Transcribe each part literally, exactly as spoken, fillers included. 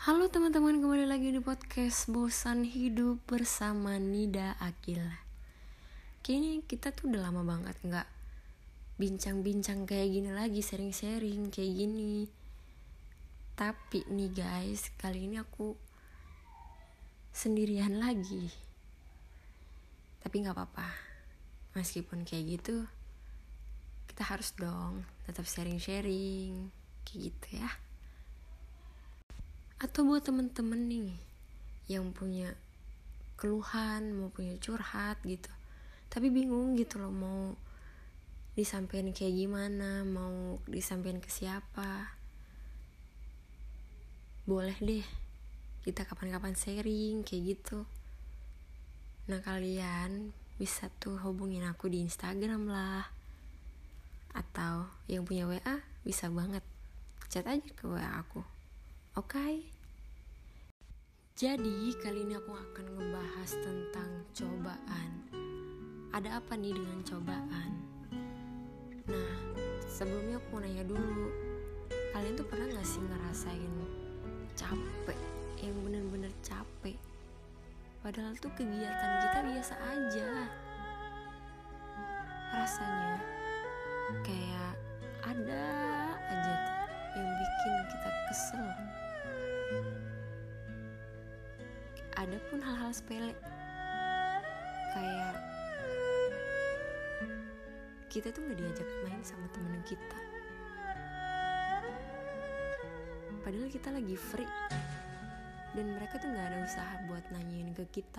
Halo teman-teman, kembali lagi di podcast Bosan Hidup bersama Nida Akil. Kayaknya kita tuh udah lama banget gak bincang-bincang kayak gini lagi, sharing-sharing kayak gini. Tapi nih guys, kali ini aku sendirian lagi. Tapi gak apa-apa, meskipun kayak gitu kita harus dong tetap sharing-sharing kayak gitu ya. Atau buat temen-temen nih yang punya keluhan, mau punya curhat gitu, tapi bingung gitu loh mau disampaikan kayak gimana, mau disampaikan ke siapa. Boleh deh kita kapan-kapan sharing kayak gitu. Nah kalian bisa tuh hubungin aku di Instagram lah, atau yang punya W A bisa banget chat aja ke W A aku. Oke okay? Jadi kali ini aku akan ngebahas tentang cobaan. Ada apa nih dengan cobaan? Nah, sebelumnya aku mau nanya dulu, kalian tuh pernah gak sih ngerasain capek, yang bener-bener capek, padahal tuh kegiatan kita biasa aja. Rasanya kayak ada aja tuh yang bikin kita kesel. Ada pun hal-hal sepele, kayak kita tuh gak diajak main sama temen kita, padahal kita lagi free, dan mereka tuh gak ada usaha buat nanyain ke kita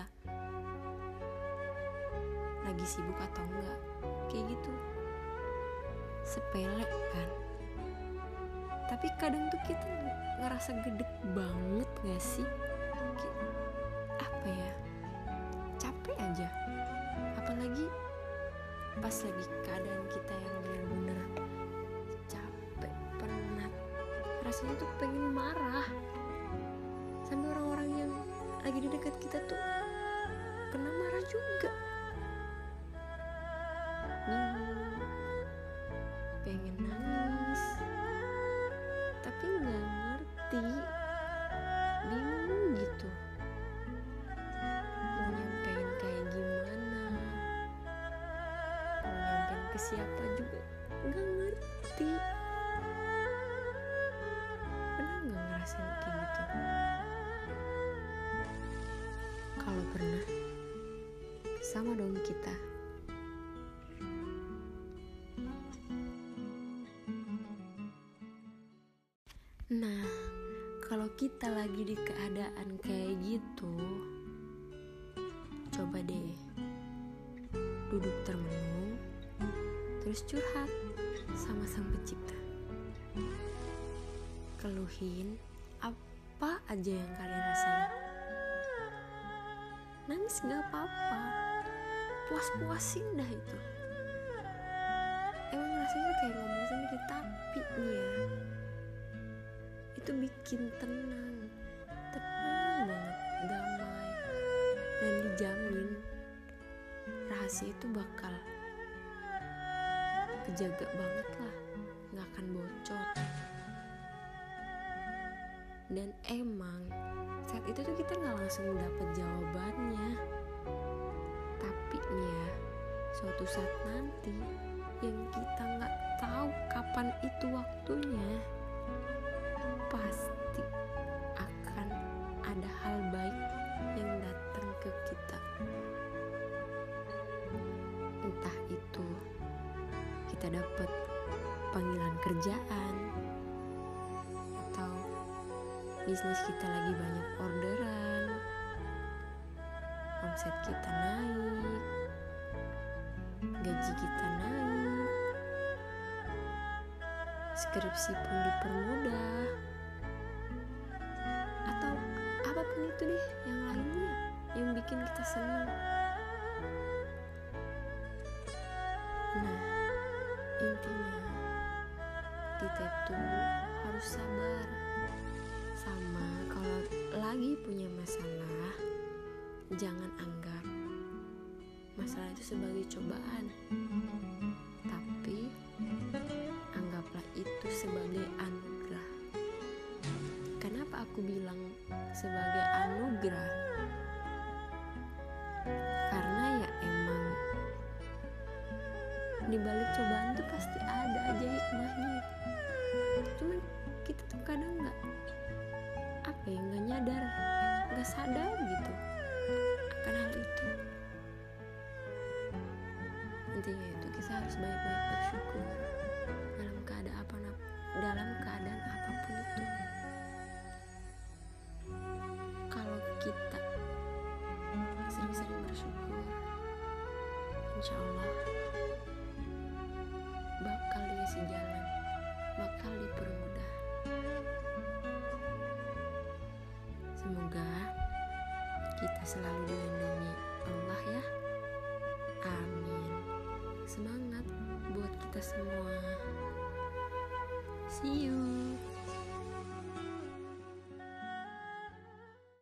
lagi sibuk atau enggak. Kayak gitu, sepele kan, tapi kadang tuh kita ngerasa gedek banget gak sih? Kayak, apa ya, capek aja. Apalagi pas lagi keadaan kita yang bener-bener capek, penat, rasanya tuh pengen marah. Sampai orang-orang yang lagi di dekat kita tuh kena marah juga. Bingung, pengen nangis, tapi gak ngerti, bingung gitu mau nyampein kayak gimana, mau nyampein ke siapa juga gak ngerti. Pernah gak ngerasain kayak gitu? Kalau pernah, sama dong kita. Nah, kalau kita lagi di keadaan kayak gitu, coba deh duduk termenung, terus curhat sama Sang Pencipta. Keluhin apa aja yang kalian rasain. Nangis gak apa-apa, puas-puasin dah itu. Emang rasanya kayak ngomong sendiri, tapi nih ya, itu bikin tenang, tenang banget, damai, dan dijamin rahasia itu bakal kejaga banget lah, gak akan bocor. Dan emang saat itu tuh kita gak langsung dapet jawabannya, tapi nih ya, suatu saat nanti yang kita gak tahu kapan itu waktunya, pasti akan ada hal baik yang datang ke kita. Entah itu kita dapat panggilan kerjaan, atau bisnis kita lagi banyak orderan, omset kita naik, gaji kita naik, skripsi pun dipermudah, atau apapun itu deh yang lainnya yang bikin kita senang. Nah, intinya kita tuh harus sabar. Sama kalau lagi punya masalah, jangan anggap masalah itu sebagai cobaan, tapi anggaplah itu sebagai anugerah. Kenapa aku bilang sebagai anugerah, karena ya emang di balik cobaan tuh pasti ada aja hikmahnya. Cuman kita tuh kadang nggak apa ya nggak nyadar, nggak sadar gitu akan hal itu. Intinya itu kita harus banyak-banyak bersyukur dalam keadaan apa dalam keadaan apapun itu. Kalau kita sering-sering bersyukur, insya Allah bakal dikasih jalan, bakal dipermudah. Semoga kita selalu dilindungi Allah ya. Amin. Semangat buat kita semua. See you.